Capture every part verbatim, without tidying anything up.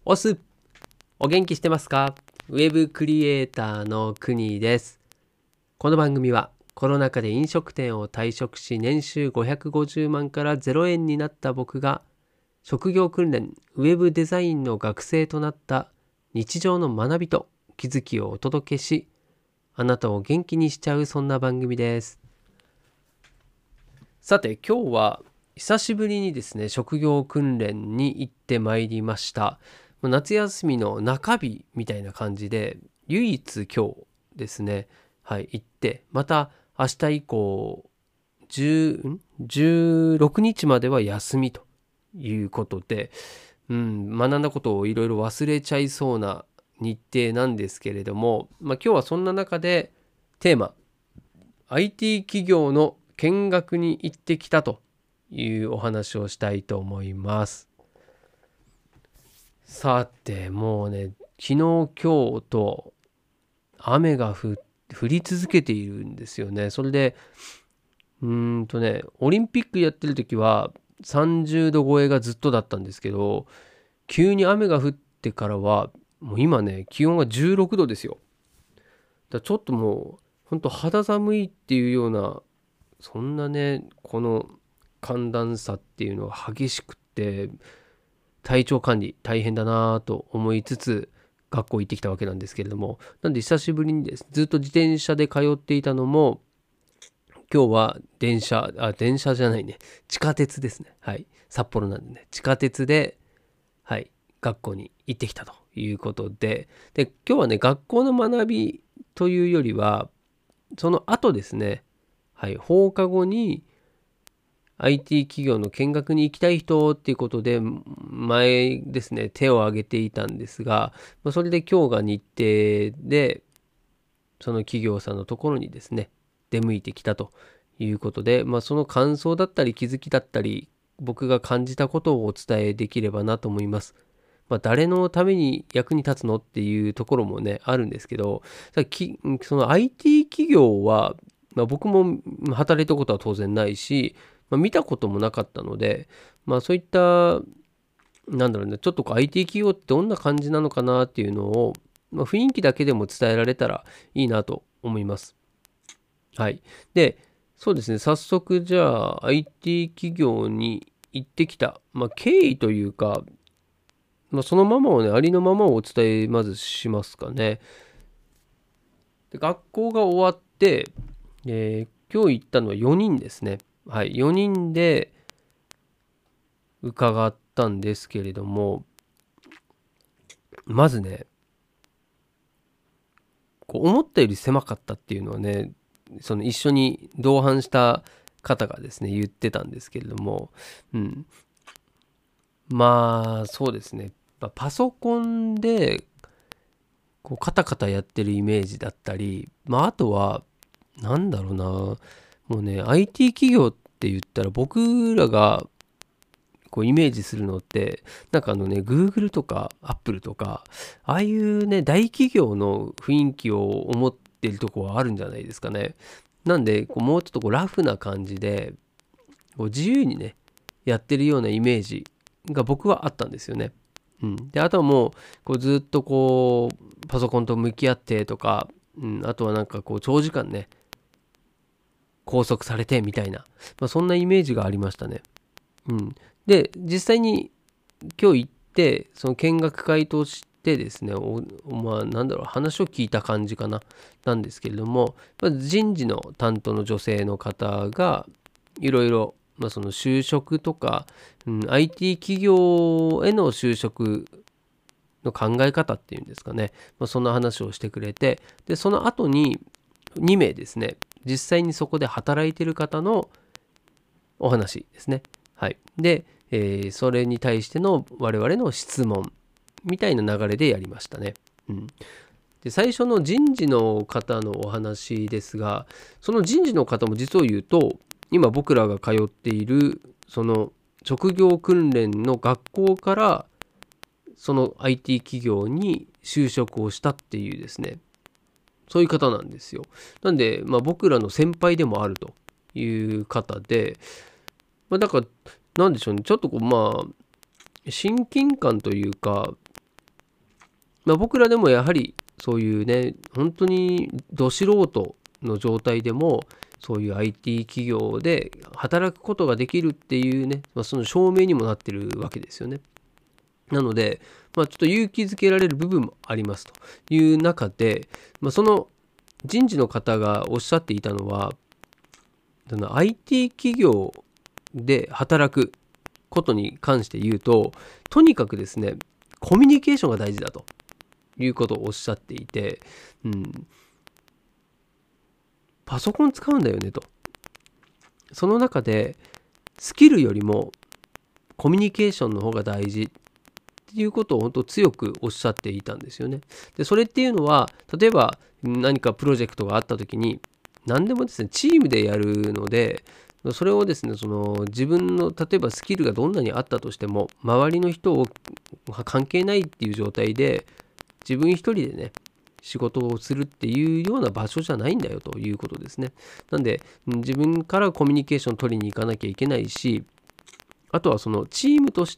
おす、お元気してますか？ウェブクリエイターのくにです。この番組はコロナ禍で飲食店を退職し年収ごひゃくごじゅうまんからゼロえんになった僕が職業訓練ウェブデザインの学生となった日常の学びと気づきをお届けし、あなたを元気にしちゃうそんな番組です。さて今日は久しぶりにですね職業訓練に行ってまいりました。夏休みの中日みたいな感じで唯一今日ですね、はい、行って、また明日以降じゅう、じゅうろくにちまでは休みということで、うん、学んだことをいろいろ忘れちゃいそうな日程なんですけれども、まあ、今日はそんな中でテーマ アイティー 企業の見学に行ってきたというお話をしたいと思います。さてもうね、昨日今日と雨が降り続けているんですよね。それでうーんとねオリンピックやってる時はさんじゅうど超えがずっとだったんですけど、急に雨が降ってからはもう今ね気温がじゅうろくどですよ。だちょっともうほんと肌寒いっていうような、そんなねこの寒暖差っていうのが激しくって、体調管理大変だなと思いつつ学校行ってきたわけなんですけれども、なんで久しぶりにです、ずっと自転車で通っていたのも今日は電車あ電車じゃないね地下鉄ですね。はい、札幌なんでね地下鉄で、はい学校に行ってきたということで、で今日はね学校の学びというよりはその後ですね、はい放課後に アイティー 企業の見学に行きたい人っていうことで前ですね手を挙げていたんですが、それで今日が日程でその企業さんのところにですね出向いてきたということで、まあ、その感想だったり気づきだったり僕が感じたことをお伝えできればなと思います。まあ、誰のために役に立つのっていうところもねあるんですけど、その アイティー 企業は、まあ、僕も働いたことは当然ないし、まあ、見たこともなかったので、まあ、そういったなんだろうね、ちょっとこう アイティー 企業ってどんな感じなのかなっていうのを、まあ、雰囲気だけでも伝えられたらいいなと思います。はい。で、そうですね、早速じゃあ アイティー 企業に行ってきた、まあ、経緯というか、まあ、そのままをね、ありのままをお伝えまずしますかね。で学校が終わって、えー今日行ったのはよにんですね。はい、よにんで伺ったんですけれども、まずね、こう思ったより狭かったっていうのはね、その一緒に同伴した方がですね言ってたんですけれども、うん、まあそうですね、パソコンでこうカタカタやってるイメージだったり、まああとはなんだろうな、もうね アイティー 企業って言ったら僕らがこうイメージするのってなんかあのね Google とか Apple とかああいうね大企業の雰囲気を思ってるとこはあるんじゃないですかね。なんでこうもうちょっとこうラフな感じでこう自由にねやってるようなイメージが僕はあったんですよね。うん、であとはもう、こうずっとこうパソコンと向き合ってとか、うん、あとはなんかこう長時間ね拘束されてみたいな、まあ、そんなイメージがありましたね。うん、で実際に今日行ってその見学会としてですね、おまあなんだろう話を聞いた感じかななんですけれども、まず人事の担当の女性の方がいろいろまあその就職とか、うん、アイティー 企業への就職の考え方っていうんですかね、まあ、そんな話をしてくれて、でその後ににめいですね実際にそこで働いてる方のお話ですね。はい。で、えーそれに対しての我々の質問みたいな流れでやりましたね。うん。で、最初の人事の方のお話ですが、その人事の方も実を言うと、今僕らが通っているその職業訓練の学校からその アイティー 企業に就職をしたっていうですね、そういう方なんですよ。なんで、まあ、僕らの先輩でもあるという方で、まあ、だから、なんでしょうね、ちょっとこう、まあ、親近感というか、 まあ、僕らでもやはりそういうね、本当にど素人の状態でもそういう アイティー 企業で働くことができるっていうね、まあ、その証明にもなってるわけですよね。なので、まあ、ちょっと勇気づけられる部分もありますという中で、まあ、その人事の方がおっしゃっていたのは、その アイティー 企業で働くことに関して言うと、とにかくですね、コミュニケーションが大事だということをおっしゃっていて、うん、パソコン使うんだよねと。その中でスキルよりもコミュニケーションの方が大事っていうことを本当強くおっしゃっていたんですよね。で、それっていうのは、例えば何かプロジェクトがあった時に、何でもですね、チームでやるので、それをですね、その自分の例えばスキルがどんなにあったとしても、周りの人を関係ないっていう状態で、自分一人でね、仕事をするっていうような場所じゃないんだよということですね。なんで、自分からコミュニケーション取りに行かなきゃいけないし、あとはそのチームとして、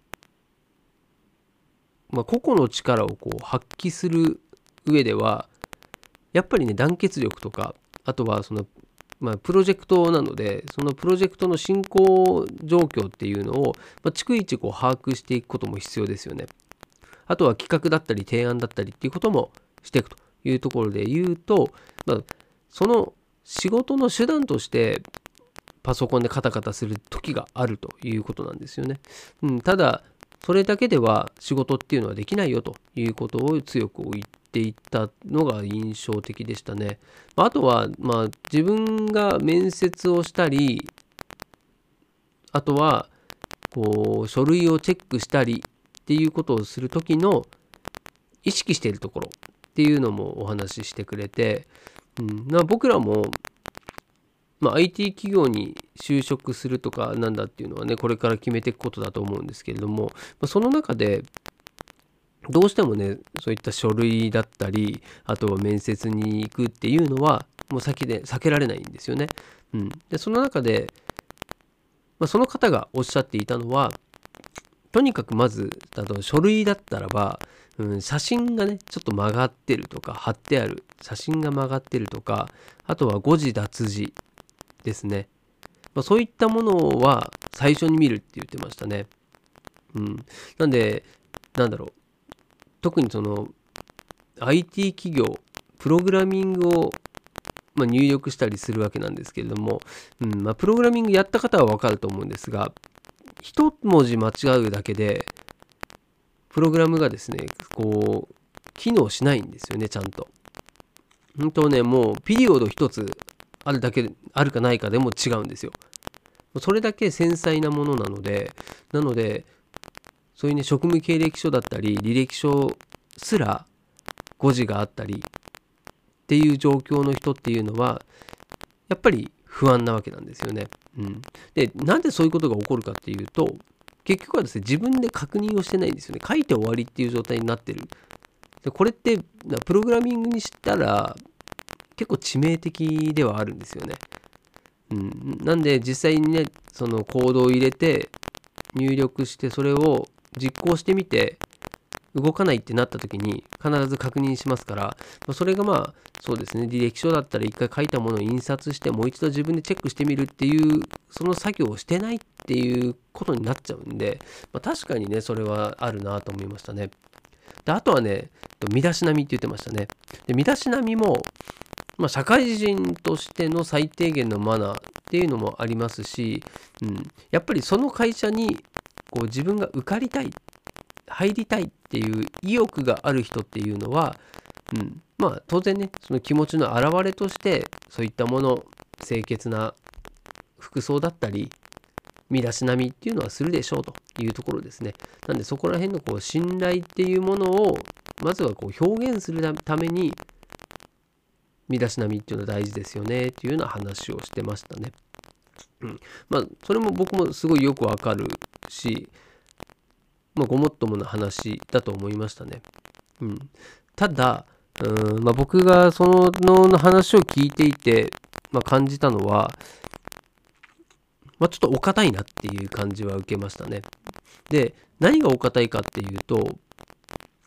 まあ、個々の力をこう発揮する上では、やっぱりね、団結力とか、あとはその、まあ、プロジェクトなので、そのプロジェクトの進行状況っていうのを、まあ、逐一こう把握していくことも必要ですよね。あとは企画だったり提案だったりっていうこともしていくというところで言うと、まあ、その仕事の手段としてパソコンでカタカタする時があるということなんですよね。うん、ただ、それだけでは仕事っていうのはできないよということを強く言っていったのが印象的でしたね。あとは、まあ、自分が面接をしたり、あとはこう書類をチェックしたりっていうことをする時の意識しているところっていうのもお話ししてくれて、うん、まあ、僕らも、まあ、アイティー 企業に就職するとかなんだっていうのはね、これから決めていくことだと思うんですけれども、まあ、その中でどうしてもね、そういった書類だったり、あとは面接に行くっていうのはもう先で避けられないんですよね。うん、でその中で、まあ、その方がおっしゃっていたのは、とにかくまずあと書類だったらば、うん、写真がねちょっと曲がってるとか、貼ってある写真が曲がってるとか、あとは誤字脱字ですね、まあ、そういったものは最初に見るって言ってましたね。うん、なんでなんだろう、特にその アイティー 企業プログラミングを、まあ、入力したりするわけなんですけれども、うんまあ、プログラミングやった方は分かると思うんですが、一文字間違うだけでプログラムがですねこう機能しないんですよね、ちゃんと。本当ね、もうピリオド一つあるだけあるかないかでも違うんですよ。それだけ繊細なものなので、なのでそういうね、職務経歴書だったり履歴書すら誤字があったりっていう状況の人っていうのはやっぱり不安なわけなんですよね。うん、で、なんでそういうことが起こるかっていうと、結局はですね、自分で確認をしてないんですよね。書いて終わりっていう状態になってる。で、これってプログラミングにしたら結構致命的ではあるんですよね。うん、なんで実際にね、そのコードを入れて入力してそれを実行してみて動かないってなった時に必ず確認しますから、それがまあそうですね、履歴書だったら一回書いたものを印刷してもう一度自分でチェックしてみるっていうその作業をしてないっていうことになっちゃうんで、まあ、確かにねそれはあるなと思いましたね。で、あとはね、身だしなみって言ってましたね。で、身だしなみも、まあ、社会人としての最低限のマナーっていうのもありますし、うん、やっぱりその会社にこう自分が受かりたい、入りたいっていう意欲がある人っていうのは、うん、まあ当然ね、その気持ちの表れとしてそういったもの、清潔な服装だったり身だしなみっていうのはするでしょうというところですね。なんでそこら辺のこう信頼っていうものをまずはこう表現するために身だしなみっていうのは大事ですよねっていうような話をしてましたね。うん、まあそれも僕もすごいよくわかるし、まあ、ごもっともな話だと思いましたね。うん、ただ、うん、まあ、僕がその話を聞いていて、まあ、感じたのは、まあ、ちょっとお堅いなっていう感じは受けましたね。で、何がお堅いかっていうと、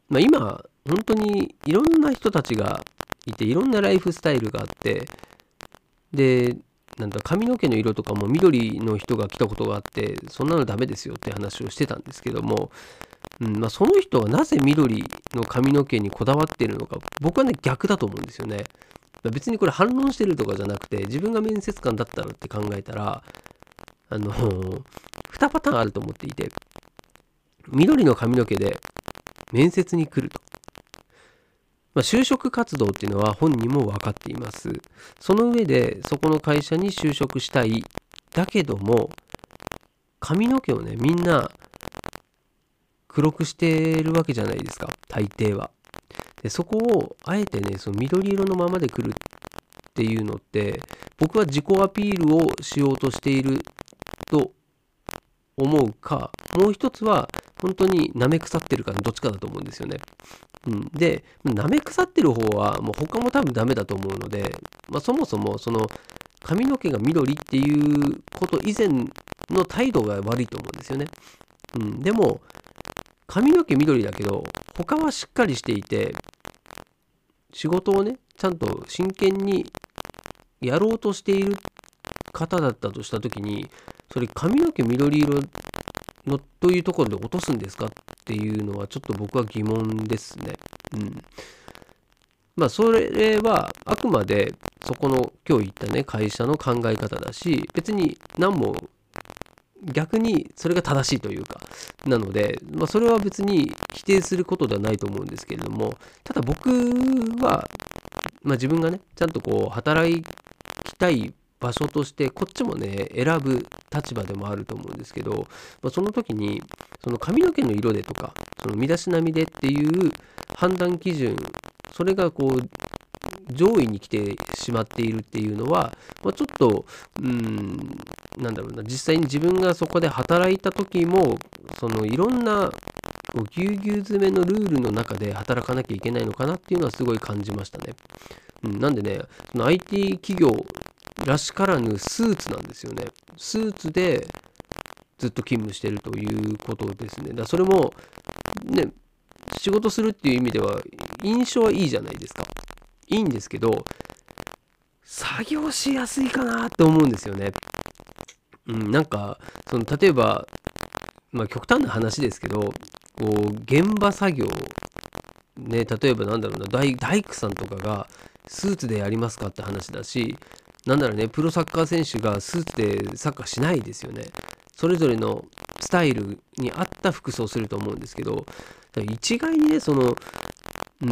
まあ、今、本当にいろんな人たちがいて、いろんなライフスタイルがあって、で、なんだ、髪の毛の色とかも緑の人が来たことがあって、そんなのダメですよって話をしてたんですけども、うんまあ、その人はなぜ緑の髪の毛にこだわっているのか、僕はね、逆だと思うんですよね。まあ別にこれ反論してるとかじゃなくて、自分が面接官だったらって考えたら、あの、にパターンあると思っていて、緑の髪の毛で面接に来ると。まあ、就職活動っていうのは本人も分かっています。その上で、そこの会社に就職したい。だけども、髪の毛をね、みんな黒くしてるわけじゃないですか、大抵は。で、そこをあえてね、その緑色のままで来るっていうのって、僕は自己アピールをしようとしていると思うか、もう一つは本当に舐め腐ってるかのどっちかだと思うんですよね。うん、で、舐め腐ってる方はもう他も多分ダメだと思うので、まあ、そもそもその髪の毛が緑っていうこと以前の態度が悪いと思うんですよね。うん、でも髪の毛緑だけど他はしっかりしていて、仕事をねちゃんと真剣にやろうとしている方だったとした時に、それ髪の毛緑色のというところで落とすんですかっていうのはちょっと僕は疑問ですね。うん。まあそれはあくまでそこの今日言ったね会社の考え方だし、別に何も逆にそれが正しいというかなので、まあ、それは別に否定することではないと思うんですけれども、ただ僕は、まあ、自分がねちゃんとこう働きたい場所としてこっちもね選ぶ立場でもあると思うんですけど、まあ、その時にその髪の毛の色でとかその身だしなみでっていう判断基準、それがこう上位に来てしまっているっていうのは、まあ、ちょっとうーんなんだろうな、実際に自分がそこで働いた時もそのいろんなぎゅうぎゅう詰めのルールの中で働かなきゃいけないのかなっていうのはすごい感じましたね。うん、なんでね、その アイティー 企業らしからぬスーツなんですよね。スーツでずっと勤務してるということですね。だからそれもね、仕事するっていう意味では印象はいいじゃないですか。いいんですけど、作業しやすいかなって思うんですよね。うん、なんかその例えば、まあ、極端な話ですけど、こう現場作業ね、例えばなんだろうな、大大工さんとかがスーツでやりますかって話だし、なんならね、プロサッカー選手がスーツでサッカーしないですよね。それぞれのスタイルに合った服装をすると思うんですけど、一概にね、その、うん、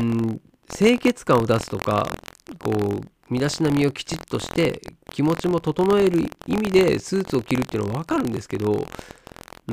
清潔感を出すとか、こう、身だしなみをきちっとして気持ちも整える意味でスーツを着るっていうのは分かるんですけど、うん、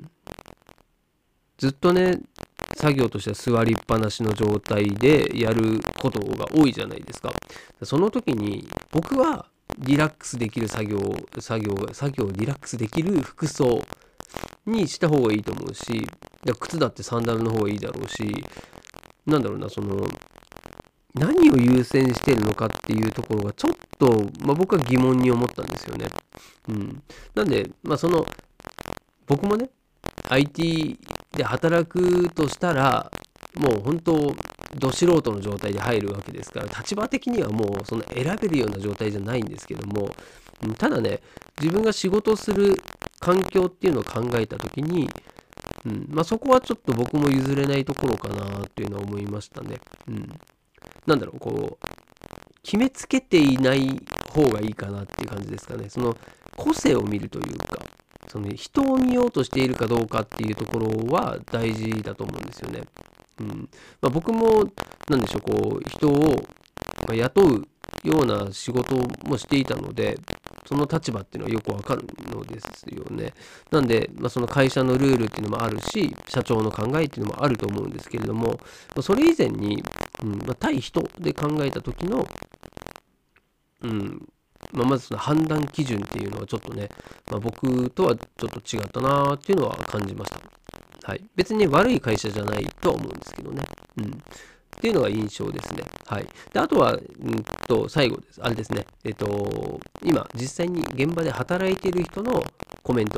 ずっとね作業としては座りっぱなしの状態でやることが多いじゃないですか。その時に僕はリラックスできる作業作業作業をリラックスできる服装にした方がいいと思うし、靴だってサンダルの方がいいだろうし、なんだろうな、その何を優先してるのかっていうところがちょっと、まあ、僕は疑問に思ったんですよね。うん、なんで、まあ、その僕もね アイティー で働くとしたらもう本当ど素人の状態で入るわけですから、立場的にはもうそんな選べるような状態じゃないんですけども、ただね自分が仕事をする環境っていうのを考えた時に、うんまあ、そこはちょっと僕も譲れないところかなっていうのは思いましたね。うん、なんだろう、こう決めつけていない方がいいかなっていう感じですかね。その個性を見るというか、その人を見ようとしているかどうかっていうところは大事だと思うんですよね。うんまあ、僕もなんでしょう、こう人を雇うような仕事もしていたので、その立場っていうのはよくわかるのですよね。なんで、まあ、その会社のルールっていうのもあるし、社長の考えっていうのもあると思うんですけれども、それ以前に、うんまあ、対人で考えた時の、うんまあ、まずその判断基準っていうのはちょっとね、まあ、僕とはちょっと違ったなっていうのは感じました。はい。別に悪い会社じゃないとは思うんですけどね。うん。っていうのが印象ですね。はい。で、あとは、うんと、最後です。あれですね。えっと、今、実際に現場で働いている人のコメント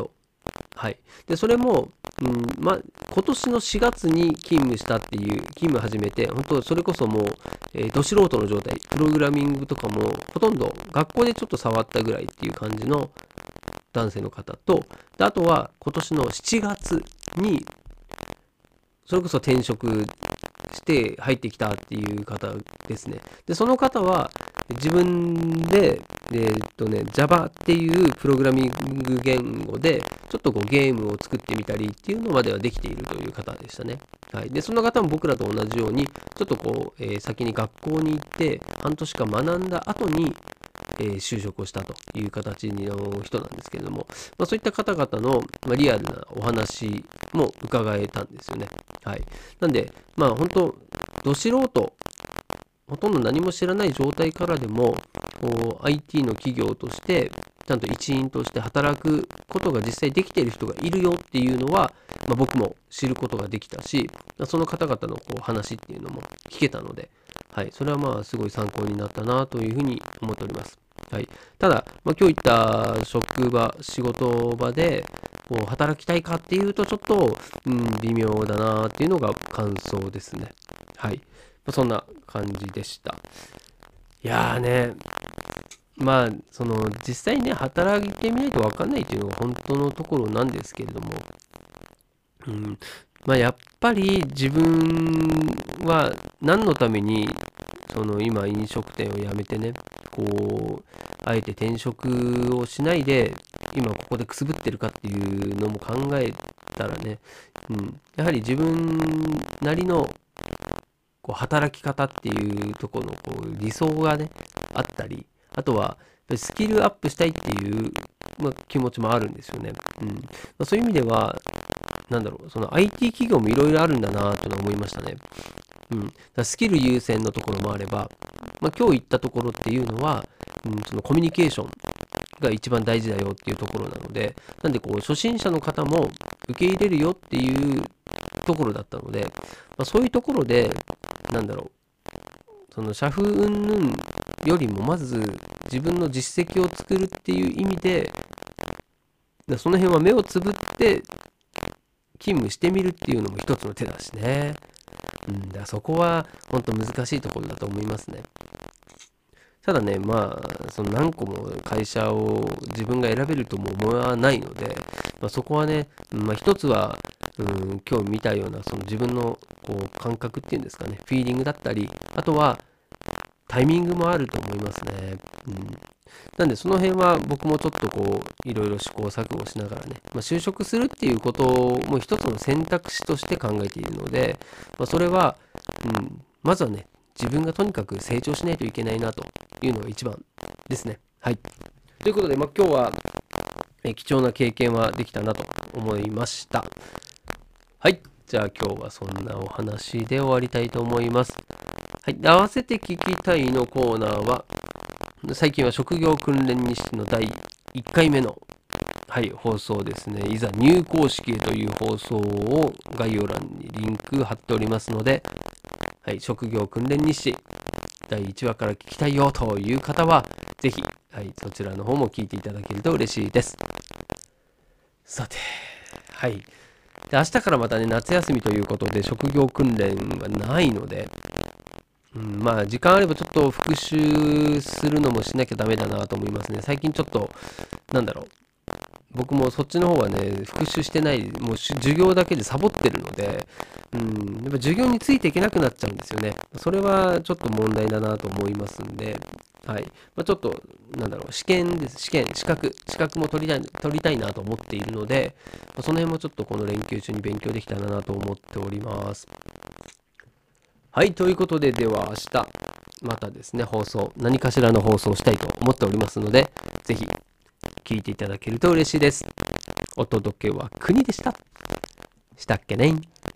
はい。で、それも、うん、まあ、今年のしがつに勤務したっていう、勤務始めて、本当それこそもう、えー、ど素人の状態、プログラミングとかも、ほとんど学校でちょっと触ったぐらいっていう感じの男性の方と、であとは今年のしちがつに、それこそ転職して入ってきたっていう方ですね。で、その方は自分で、えーっとね、Java っていうプログラミング言語で、ちょっとこうゲームを作ってみたりっていうのまではできているという方でしたね。はい。で、その方も僕らと同じように、ちょっとこう、えー先に学校に行って、半年間学んだ後に、えー就職をしたという形の人なんですけれども、まあ、そういった方々の、まあ、リアルなお話も伺えたんですよね。はい。なんで、まあ本当、ど素人、ほとんど何も知らない状態からでも、こう アイティー の企業として、ちゃんと一員として働くことが実際できている人がいるよっていうのは、まあ、僕も知ることができたし、その方々のこう話っていうのも聞けたので、はい、それはまあすごい参考になったなというふうに思っております。はい、ただ、まあ、今日言った職場、仕事場でこう働きたいかっていうとちょっと、うん、微妙だなっていうのが感想ですね。はい、まあ、そんな感じでした。いやーね、まあ、その実際ね、働いてみないと分かんないっていうのが本当のところなんですけれども、うん、まあやっぱり自分は何のためにその今飲食店を辞めてね、こうあえて転職をしないで今ここでくすぶってるかっていうのも考えたらね、うん、やはり自分なりのこう働き方っていうところのこう理想がねあったり、あとはスキルアップしたいっていう、まあ、気持ちもあるんですよね。うんまあ、そういう意味ではなんだろう、その アイティー 企業もいろいろあるんだなというのは思いましたね。うん、だスキル優先のところもあれば、まあ、今日言ったところっていうのは、うん、そのコミュニケーションが一番大事だよっていうところなので、なんでこう初心者の方も受け入れるよっていうところだったので、まあ、そういうところで、なんだろう、その社風云々よりもまず自分の実績を作るっていう意味で、その辺は目をつぶって勤務してみるっていうのも一つの手だしね。うん、だそこは本当難しいところだと思いますね。ただね、まあ、その何個も会社を自分が選べるとも思わないので、まあ、そこはね、まあ、一つは、うん、今日見たようなその自分のこう感覚っていうんですかね、フィーリングだったり、あとはタイミングもあると思いますね。うん、なんでその辺は僕もちょっとこういろいろ試行錯誤しながらね、まあ、就職するっていうことも一つの選択肢として考えているので、まあ、それは、うん、まずはね、自分がとにかく成長しないといけないなというのが一番ですね。はい。ということで、まあ、今日はえ貴重な経験はできたなと思いました。はい。じゃあ今日はそんなお話で終わりたいと思います。はい。合わせて聞きたいのコーナーは、最近は職業訓練日誌のだいいっかいめの、はい、放送ですね。いざ入校式へという放送を概要欄にリンク貼っておりますので、はい、職業訓練日誌だいいちわから聞きたいよという方は、ぜひ、はい、そちらの方も聞いていただけると嬉しいです。さて、はい。で、明日からまたね、夏休みということで、職業訓練はないので、うん、まあ、時間あればちょっと復習するのもしなきゃダメだなと思いますね。最近ちょっと、なんだろう。僕もそっちの方はね、復習してない、もう授業だけでサボってるので、うん、やっぱ授業についていけなくなっちゃうんですよね。それはちょっと問題だなと思いますんで、はい。まあ、ちょっと、なんだろう、試験です。試験、資格、資格も取りたい、取りたいなと思っているので、まあ、その辺もちょっとこの連休中に勉強できたらなと思っております。はい、ということで、では明日、またですね、放送、何かしらの放送をしたいと思っておりますので、ぜひ、聞いていただけると嬉しいです。お届けは国でした。したっけね。